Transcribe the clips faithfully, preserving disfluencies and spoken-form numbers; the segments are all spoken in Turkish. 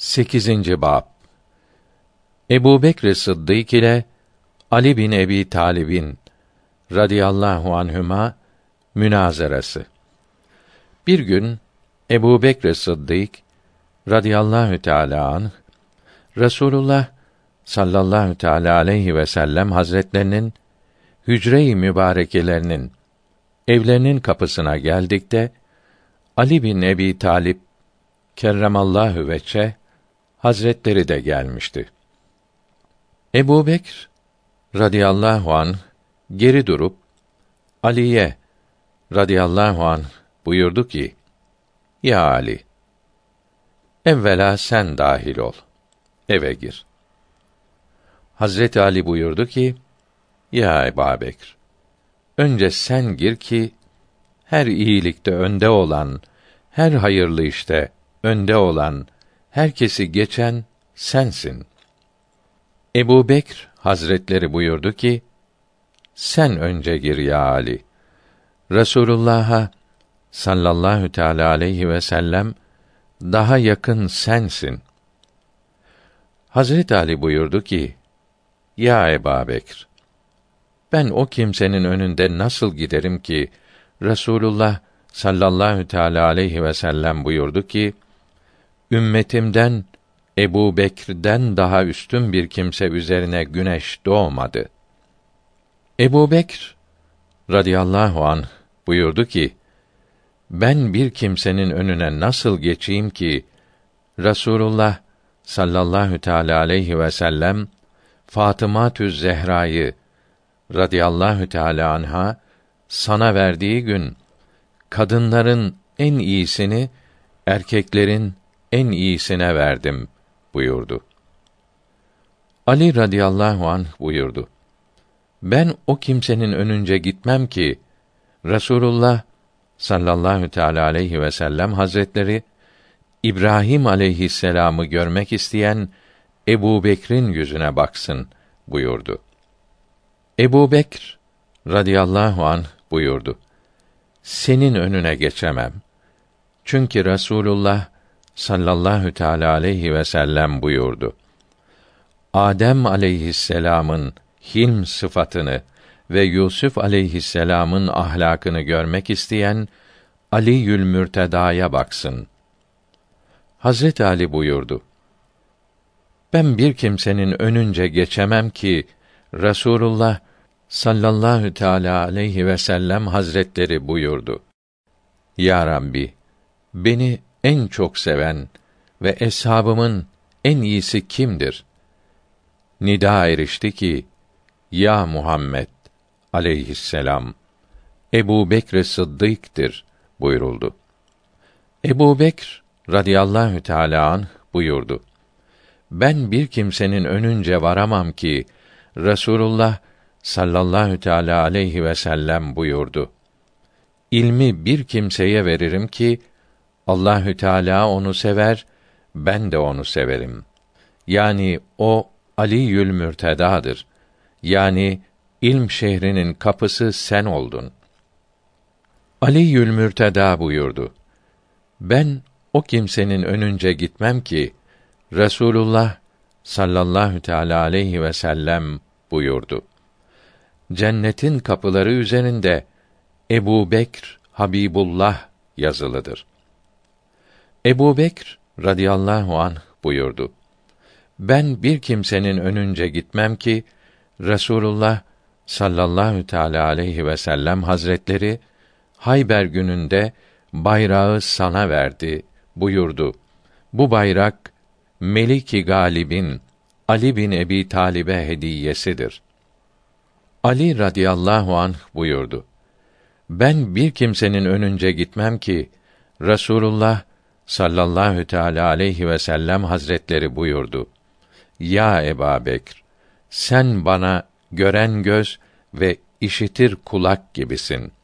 sekizinci Bab. Ebu Bekr Sıddık ile Ali bin Ebi Talib'in radıyallahu anhüma münazarası. Bir gün Ebu Bekr Sıddık radıyallahu teâlâ anh, Resulullah sallallahu teâlâ aleyhi ve sellem hazretlerinin hücre-i mübarekelerinin evlerinin kapısına geldikte Ali bin Ebi Talib kerremallahu veçhe hazretleri de gelmişti. Ebu Bekr radıyallahu anh geri durup Ali'ye radıyallahu anh buyurdu ki: Ya Ali, evvela sen dahil ol, eve gir. Hazreti Ali buyurdu ki: Ya Ebu Bekr, önce sen gir ki her iyilikte önde olan, her hayırlı işte önde olan, herkesi geçen sensin. Ebu Bekr Hazretleri buyurdu ki: Sen önce gir ya Ali. Resulullah'a sallallahu teâlâ aleyhi ve sellem daha yakın sensin. Hazret Ali buyurdu ki: Ya Ebu Bekr, ben o kimsenin önünde nasıl giderim ki Resulullah sallallahu teâlâ aleyhi ve sellem buyurdu ki: Ümmetimden Ebu Bekr'den daha üstün bir kimse üzerine güneş doğmadı. Ebu Bekr radıyallahu anh buyurdu ki: Ben bir kimsenin önüne nasıl geçeyim ki Resulullah sallallahu teâlâ aleyhi ve sellem Fatımâtüz Zehra'yı radıyallahu teâlâ anha sana verdiği gün kadınların en iyisini erkeklerin en iyisine verdim buyurdu. Ali radıyallahu anh buyurdu: Ben o kimsenin önünce gitmem ki Resulullah sallallahu teâlâ aleyhi ve sellem hazretleri İbrahim aleyhisselam'ı görmek isteyen Ebu Bekr'in yüzüne baksın buyurdu. Ebu Bekr radıyallahu anh buyurdu: Senin önüne geçemem. Çünkü Resulullah sallallahu teâlâ aleyhi ve sellem buyurdu: Adem aleyhisselam'ın hilm sıfatını ve Yusuf aleyhisselam'ın ahlakını görmek isteyen Ali'ül Mürtedâ'ya baksın. Hazret Ali buyurdu: Ben bir kimsenin önünce geçemem ki Resulullah sallallahu teâlâ aleyhi ve sellem hazretleri buyurdu: Ya Rabbi, beni en çok seven ve eshabımın en iyisi kimdir? Nida erişti ki: Ya Muhammed aleyhisselam, Ebu Bekr Sıddık'tır buyuruldu. Ebu Bekr radıyallahu teâlâ anh buyurdu: Ben bir kimsenin önünce varamam ki Resulullah sallallahu teâlâ aleyhi ve sellem buyurdu: İlmi bir kimseye veririm ki Allahü Teala onu sever, ben de onu severim. Yani o Ali'ül Mürtedâ'dır. Yani ilm şehrinin kapısı sen oldun. Ali'ül Mürtedâ buyurdu: Ben o kimsenin önünce gitmem ki Resulullah sallallahu teâlâ aleyhi ve sellem buyurdu: Cennetin kapıları üzerinde Ebu Bekr Habibullah yazılıdır. Ebu Bekr radıyallahu anh buyurdu: Ben bir kimsenin önünce gitmem ki Resulullah sallallahu teâlâ aleyhi ve sellem hazretleri Hayber gününde bayrağı sana verdi buyurdu. Bu bayrak Melik-i Galib'in Ali bin Ebi Talib'e hediyesidir. Ali radıyallahu anh buyurdu: Ben bir kimsenin önünce gitmem ki Resulullah sallallahu teâlâ aleyhi ve sellem hazretleri buyurdu: Ya Ebu Bekr, sen bana gören göz ve işitir kulak gibisin.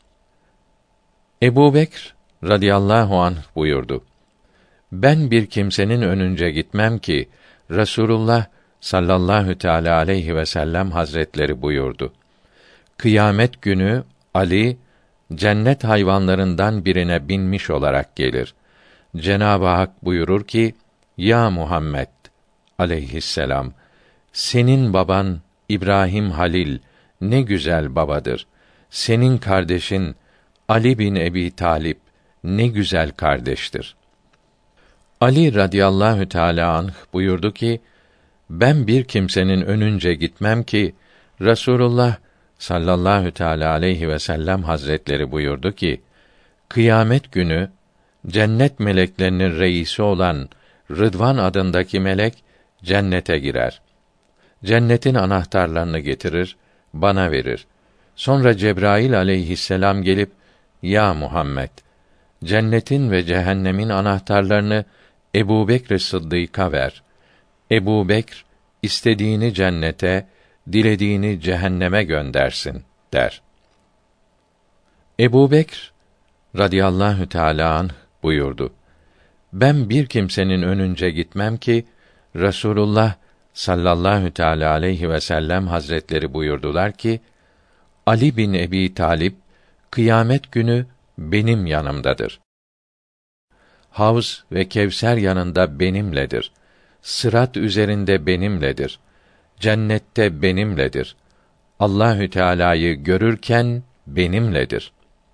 Ebu Bekr radıyallahu anh buyurdu: Ben bir kimsenin önünce gitmem ki Resulullah sallallahu teâlâ aleyhi ve sellem hazretleri buyurdu: Kıyamet günü Ali cennet hayvanlarından birine binmiş olarak gelir. Cenab-ı Hak buyurur ki: Ya Muhammed aleyhisselam, senin baban İbrahim Halil ne güzel babadır. Senin kardeşin Ali bin Ebi Talip ne güzel kardeştir. Ali radıyallahu teâlâ anh buyurdu ki, ben bir kimsenin önünce gitmem ki, Resulullah sallallahu teâlâ aleyhi ve sellem hazretleri buyurdu ki, kıyamet günü cennet meleklerinin reisi olan Rıdvan adındaki melek cennete girer. Cennetin anahtarlarını getirir, bana verir. Sonra Cebrail aleyhisselam gelip, ya Muhammed, cennetin ve cehennemin anahtarlarını Ebubekr Sıddık'a ver. Ebubekr istediğini cennete, dilediğini cehenneme göndersin der. Ebubekr radıyallahu teâlâ anh buyurdu. Ben bir kimsenin önünce gitmem ki, Resulullah sallallahu teâlâ aleyhi ve sellem hazretleri buyurdular ki, Ali bin Ebi Talip kıyamet günü benim yanımdadır. Havz ve Kevser yanında benimledir. Sırat üzerinde benimledir. Cennette benimledir. Allahü Teala'yı görürken benimledir.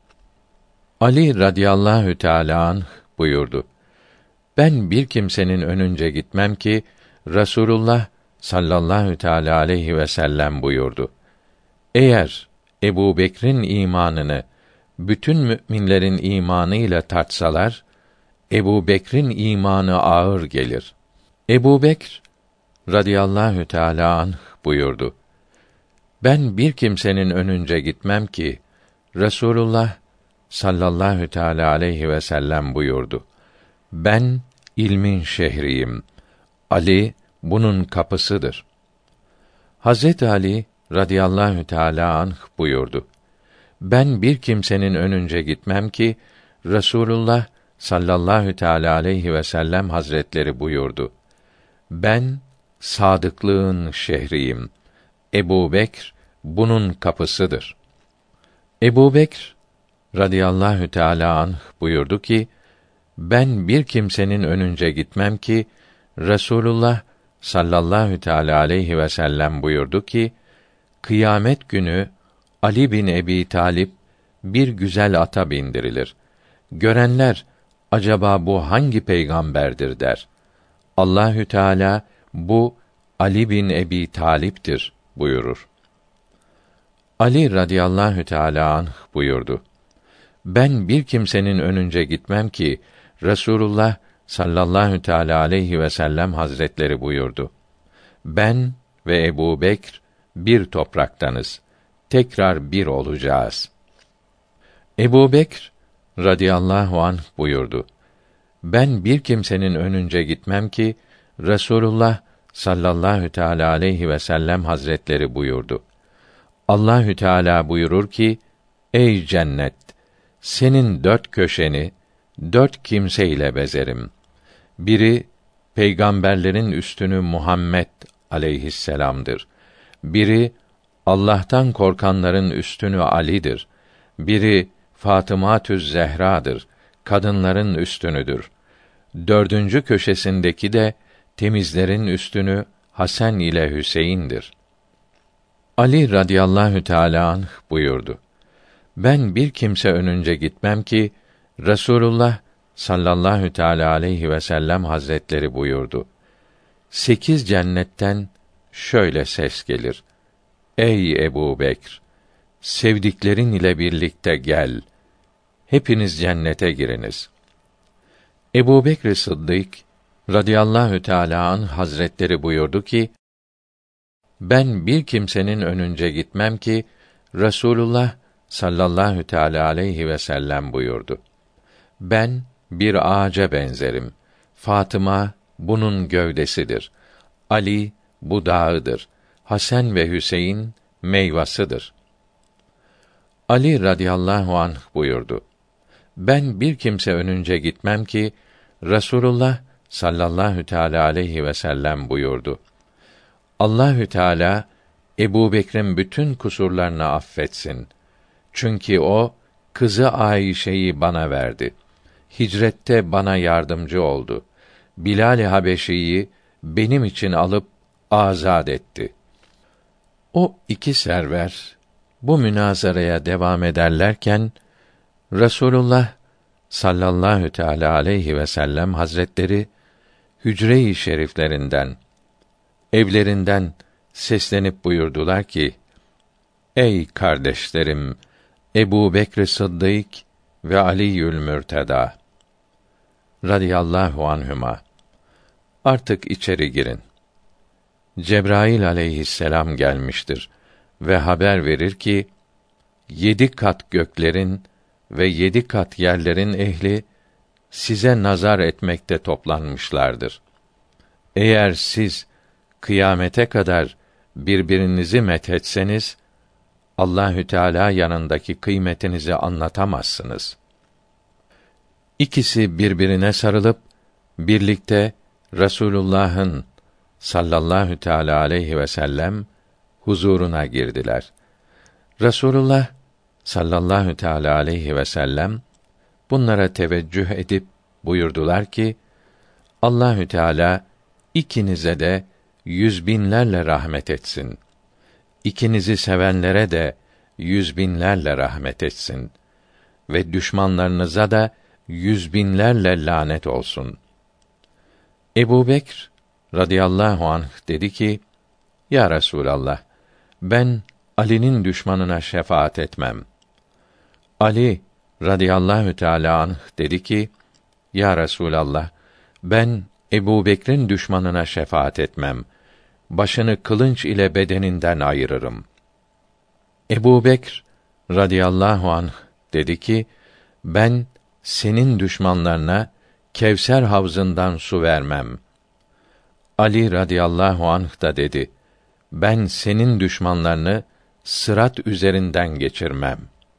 Ali radıyallahu teâlâ anh buyurdu. Ben bir kimsenin önünce gitmem ki, Resulullah sallallahu teâlâ aleyhi ve sellem buyurdu. Eğer Ebubekir'in imanını bütün müminlerin imanı ile tartsalar, Ebubekir'in imanı ağır gelir. Ebubekir radıyallahu teâlâ anh buyurdu. Ben bir kimsenin önünce gitmem ki, Resulullah sallallahu teâlâ aleyhi ve sellem buyurdu. Ben ilmin şehriyim. Ali bunun kapısıdır. Hazreti Ali radıyallahu teâlâ anh buyurdu. Ben bir kimsenin önünce gitmem ki, Resulullah sallallahu teâlâ aleyhi ve sellem hazretleri buyurdu. Ben sadıklığın şehriyim. Ebubekr bunun kapısıdır. Ebubekr radıyallahu teâlâ anh buyurdu ki, ben bir kimsenin önünce gitmem ki, Resulullah sallallahu teâlâ aleyhi ve sellem buyurdu ki, kıyamet günü Ali bin Ebi Talip bir güzel ata bindirilir. Görenler acaba bu hangi peygamberdir der. Allahü Teala bu Ali bin Ebi Talip'tir buyurur. Ali radıyallahu teâlâ anh buyurdu. Ben bir kimsenin önünce gitmem ki, Resulullah sallallahu teâlâ aleyhi ve sellem hazretleri buyurdu. Ben ve Ebubekr bir topraktanız. Tekrar bir olacağız. Ebubekr radıyallahu anh buyurdu. Ben bir kimsenin önünce gitmem ki, Resulullah sallallahu teâlâ aleyhi ve sellem hazretleri buyurdu. Allahü Teala buyurur ki, ey cennet, senin dört köşeni dört kimse ile bezerim. Biri peygamberlerin üstünü Muhammed aleyhisselam'dır. Biri Allah'tan korkanların üstünü Ali'dir. Biri Fatımâtüz Zehra'dır. Kadınların üstünüdür. Dördüncü köşesindeki de temizlerin üstünü Hasan ile Hüseyin'dir. Ali radıyallahu teâlâ anh buyurdu. Ben bir kimse önünce gitmem ki, Resulullah sallallahu teâlâ aleyhi ve sellem hazretleri buyurdu. Sekiz cennetten şöyle ses gelir. Ey Ebubekr! Sevdiklerin ile birlikte gel. Hepiniz cennete giriniz. Ebubekr Sıddık radıyallahu teâlâ anh hazretleri buyurdu ki, ben bir kimsenin önünce gitmem ki, Resulullah sallallahu teâlâ aleyhi ve sellem buyurdu. Ben bir ağaca benzerim. Fatıma bunun gövdesidir. Ali budağıdır. Hasan ve Hüseyin meyvasıdır. Ali radıyallahu anh buyurdu. Ben bir kimse önünce gitmem ki, Resulullah sallallahu teâlâ aleyhi ve sellem buyurdu. Allahü Teala Ebubekir'in bütün kusurlarını affetsin. Çünkü o kızı Ayşe'yi bana verdi. Hicrette bana yardımcı oldu. Bilal-i Habeşi'yi benim için alıp azad etti. O iki server bu münazaraya devam ederlerken Resulullah sallallahu teâlâ aleyhi ve sellem hazretleri hücre-i şeriflerinden, evlerinden seslenip buyurdular ki: Ey kardeşlerim, Ebu Bekr Sıddık ve Ali'ül Mürteda radıyallahu anhüma, artık içeri girin. Cebrail aleyhisselam gelmiştir ve haber verir ki, yedi kat göklerin ve yedi kat yerlerin ehli size nazar etmekte toplanmışlardır. Eğer siz kıyamete kadar birbirinizi methetseniz, Allahü Teala yanındaki kıymetinizi anlatamazsınız. İkisi birbirine sarılıp birlikte Resulullah'ın sallallahu teâlâ aleyhi ve sellem huzuruna girdiler. Resulullah sallallahu teâlâ aleyhi ve sellem bunlara teveccüh edip buyurdular ki: Allahü Teala ikinize de yüz binlerle rahmet etsin. İkinizi sevenlere de yüz binlerle rahmet etsin ve düşmanlarınıza da yüz binlerle lanet olsun. Ebu Bekr radıyallahu anh dedi ki: Ya Resûlallah, ben Ali'nin düşmanına şefaat etmem. Ali radıyallahu teâlâ anh dedi ki: Ya Resûlallah, ben Ebu Bekr'in düşmanına şefaat etmem. Başını kılınç ile bedeninden ayırırım. Ebu Bekr radıyallahu anh dedi ki: Ben senin düşmanlarına Kevser havzından su vermem. Ali radıyallahu anh da dedi: Ben senin düşmanlarını sırat üzerinden geçirmem.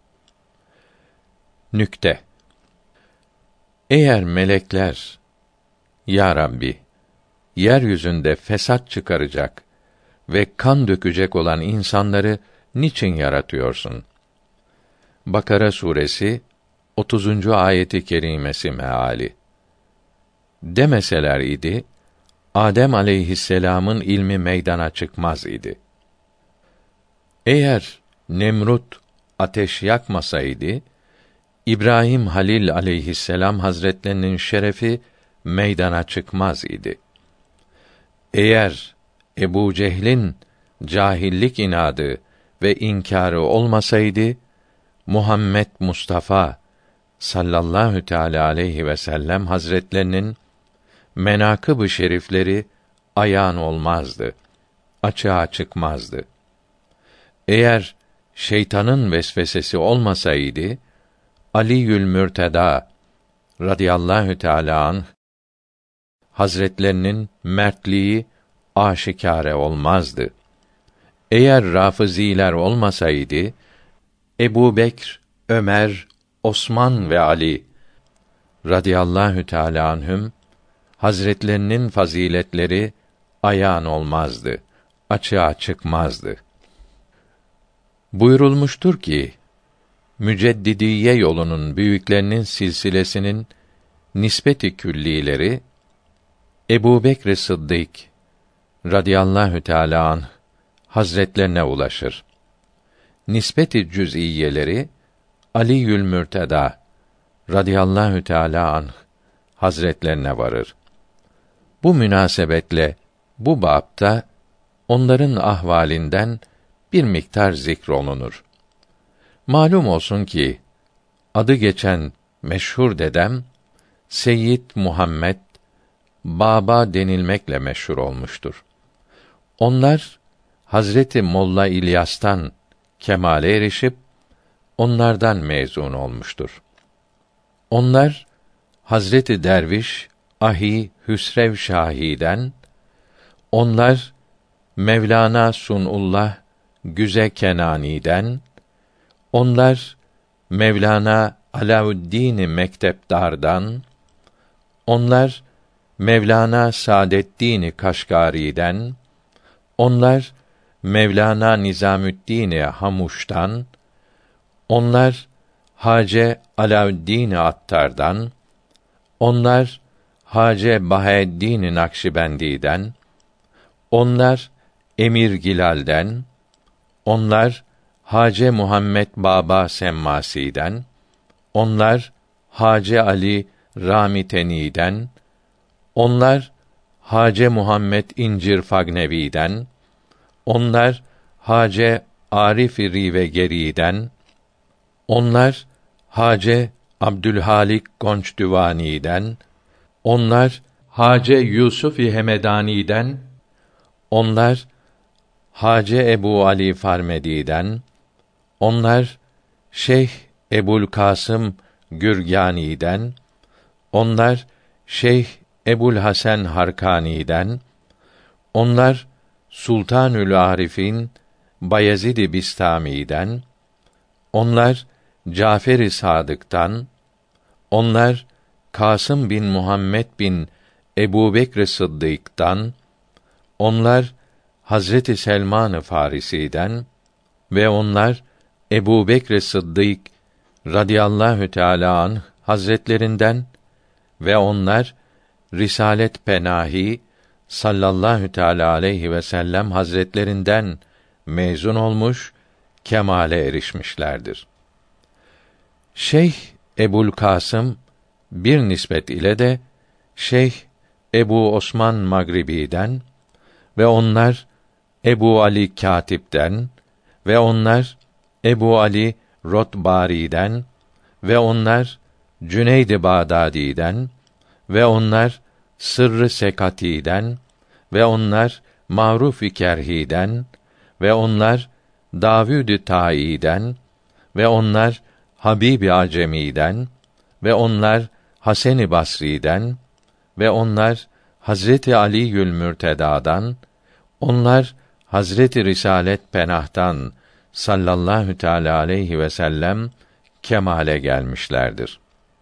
Nükte. Eğer melekler, Ya Rabbi, yeryüzünde fesat çıkaracak ve kan dökecek olan insanları niçin yaratıyorsun? Bakara suresi otuzuncu ayeti kerimesi meali. Demeseler idi, Adem aleyhisselam'ın ilmi meydana çıkmaz idi. Eğer Nemrut ateş yakmasaydı, İbrahim Halil aleyhisselam hazretlerinin şerefi meydana çıkmaz idi. Eğer Ebu Cehl'in cahillik inadı ve inkârı olmasaydı, Muhammed Mustafa sallallahu teâlâ aleyhi ve sellem hazretlerinin menakıb-ı şerifleri ayağın olmazdı, açığa çıkmazdı. Eğer şeytanın vesvesesi olmasaydı, Ali'ül Mürteda radıyallahu teâlâ anh hazretlerinin mertliği aşikâre olmazdı. Eğer Rafıziler olmasaydı, Ebu Bekr, Ömer, Osman ve Ali radıyallahu teâlâ anhüm hazretlerinin faziletleri ayağın olmazdı, açığa çıkmazdı. Buyurulmuştur ki, Müceddidiye yolunun büyüklerinin silsilesinin nispeti küllileri Ebu Bekr Sıddık radıyallahu teâlâ anh hazretlerine ulaşır. Nispeti cüz'iyeleri Ali'ül Mürteda radıyallahu teâlâ anh hazretlerine varır. Bu münasebetle bu bapta onların ahvalinden bir miktar zikrolunur. Malum olsun ki adı geçen meşhur dedem Seyyid Muhammed Baba denilmekle meşhur olmuştur. Onlar Hazreti Molla İlyas'tan kemale erişip onlardan mezun olmuştur. Onlar Hazreti Derviş Ahi Hüsrev Şahi'den, onlar Mevlana Sunullah Güze Kenani'den, onlar Mevlana Alaüddin Mektepdar'dan, onlar Mevlana Saadettin Kaşgari'den, onlar Mevlana Nizamüddin Hamuş'tan, onlar Hace Alaüddin Attar'dan, onlar Hace Bahaeddin Nakşibendi'den, onlar Emir Gilal'den, onlar Hace Muhammed Baba Semmasi'den, onlar Hace Ali Ramiteni'den, onlar Hace Muhammed İncir Fagnevi'den, onlar Hace Arif-i Rivegeri'den, onlar Hace Abdülhalik Gonçdüvani'den, onlar Hace Yusuf-i Hemedani'den, onlar Hace Ebu Ali Farmedi'den, onlar Şeyh Ebul Kasım Gürgani'den, onlar Şeyh Ebul Hasan Harkani'den, onlar Sultanül Arifin Bayezid-i Bistami'den, onlar Cafer-i Sadık'tan, onlar Kasım bin Muhammed bin Ebubekr Sıddık'tan, onlar Hazreti Selman-ı Farisi'den ve onlar Ebubekr Sıddık radıyallahu teâlâ anh hazretlerinden ve onlar Risalet Penahi sallallahu teâlâ aleyhi ve sellem hazretlerinden mezun olmuş, kemale erişmişlerdir. Şeyh Ebul Kasım bir nispet ile de Şeyh Ebu Osman Magribi'den ve onlar Ebu Ali Kâtip'ten ve onlar Ebu Ali Rotbari'den ve onlar Cüneyd-i Bağdadi'den ve onlar Sırrı Sekati'den ve onlar Maruf-i Kerhi'den ve onlar Davud-ü Ta'i'den ve onlar Habib-i Acemi'den ve onlar Hasan-ı Basri'den ve onlar Hazreti Ali'ül Mürteda'dan, onlar Hazreti Risalet Penah'tan sallallahu teâlâ aleyhi ve sellem kemale gelmişlerdir.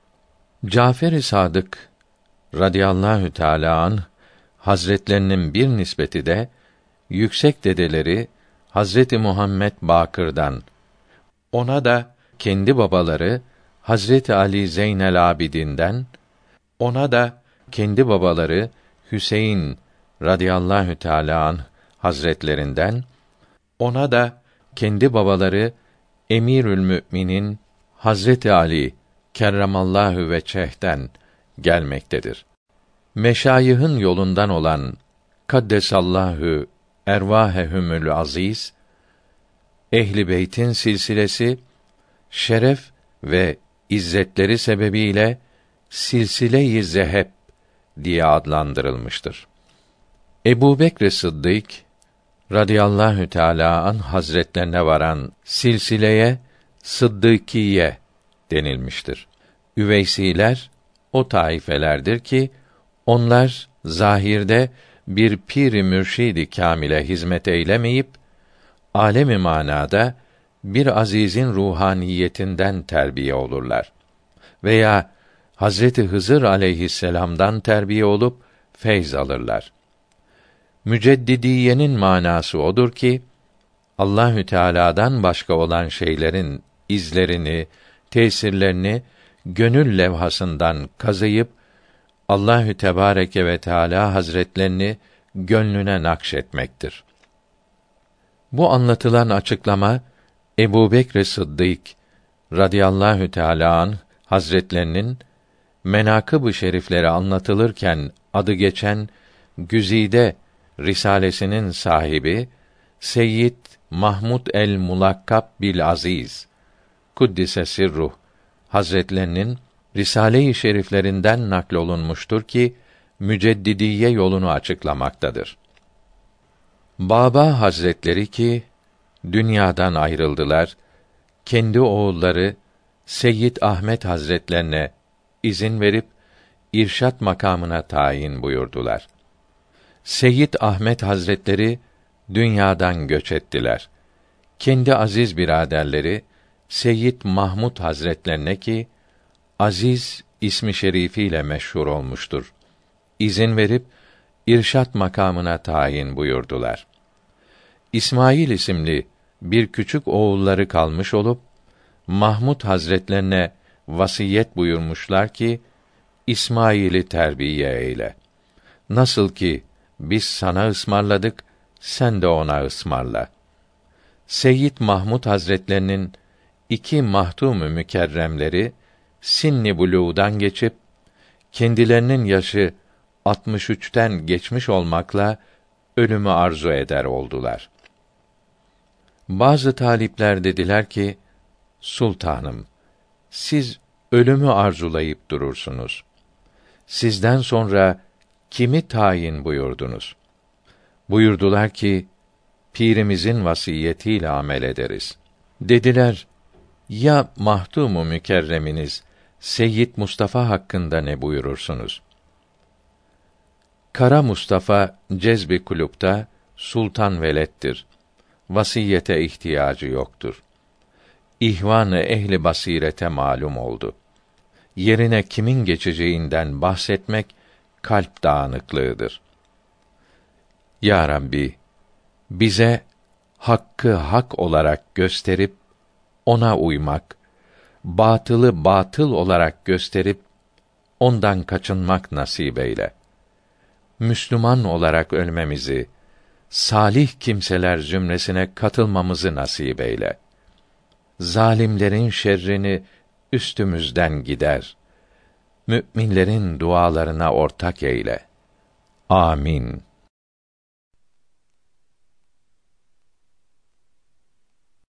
Cafer-i Sadık radıyallahu teâlâ anh hazretlerinin bir nispeti de yüksek dedeleri Hazreti Muhammed Bakır'dan, ona da kendi babaları Hazreti Ali Zeynel Abidin'den, ona da kendi babaları Hüseyin radıyallahu teâlâ anh hazretlerinden, ona da kendi babaları Emirül Müminin Hazreti Ali kerramallahu veçh'ten gelmektedir. Meşayih'in yolundan olan Kaddesallahu ervâhehumul aziz, Ehl-i Beyt'in silsilesi şeref ve izzetleri sebebiyle silsile-i zeheb diye adlandırılmıştır. Ebu Bekr Sıddık radıyallahu teâlâ anh hazretlerine varan silsileye Sıddıkiye denilmiştir. Üveysiler o taifelerdir ki onlar zahirde bir pir-i mürşid-i kâmile hizmet eylemeyip alemi manada bir azizin ruhaniyetinden terbiye olurlar veya Hazreti Hızır aleyhisselam'dan terbiye olup feyz alırlar. Müceddidiyenin manası odur ki Allahü Teala'dan başka olan şeylerin izlerini, tesirlerini gönül levhasından kazıyıp Allahü Tebareke ve Teala Hazretlerini gönlüne nakşetmektir. Bu anlatılan açıklama Ebu Bekr Sıddık radıyallahu teâlâ anh hazretlerinin menakıb-ı şerifleri anlatılırken adı geçen Güzide risalesinin sahibi Seyyid Mahmud el-Mulakkab bil Aziz kuddise sirruh hazretlerinin Risale-i Şeriflerinden naklolunmuştur ki müceddidiye yolunu açıklamaktadır. Baba Hazretleri ki dünyadan ayrıldılar, kendi oğulları Seyyid Ahmet Hazretlerine izin verip irşat makamına tayin buyurdular. Seyyid Ahmet Hazretleri dünyadan göç ettiler. Kendi aziz biraderleri Seyyid Mahmud Hazretlerine ki Aziz ismi şerifiyle meşhur olmuştur, İzin verip irşat makamına tayin buyurdular. İsmail isimli bir küçük oğulları kalmış olup Mahmud Hazretlerine vasiyet buyurmuşlar ki İsmail'i terbiye eyle. Nasıl ki biz sana ısmarladık, sen de ona ısmarla. Seyyid Mahmud Hazretlerinin iki mahdum-u mükerremleri sinni buluğdan geçip kendilerinin yaşı altmış üçten geçmiş olmakla ölümü arzu eder oldular. Bazı talipler dediler ki, sultanım, siz ölümü arzulayıp durursunuz. Sizden sonra kimi tayin buyurdunuz? Buyurdular ki, pirimizin vasiyetiyle amel ederiz. Dediler, ya mahdum-u mükerreminiz Seyyid Mustafa hakkında ne buyurursunuz? Kara Mustafa Cezbi Kulüp'te sultan velettir. Vasiyete ihtiyacı yoktur. İhvan-ı ehli basirete malum oldu. Yerine kimin geçeceğinden bahsetmek kalp dağınıklığıdır. Ya Rabbi, bize hakkı hak olarak gösterip ona uymak, batılı batıl olarak gösterip ondan kaçınmak nasip eyle. Müslüman olarak ölmemizi, salih kimseler zümresine katılmamızı nasip eyle. Zalimlerin şerrini üstümüzden gider. Mü'minlerin dualarına ortak eyle. Amin.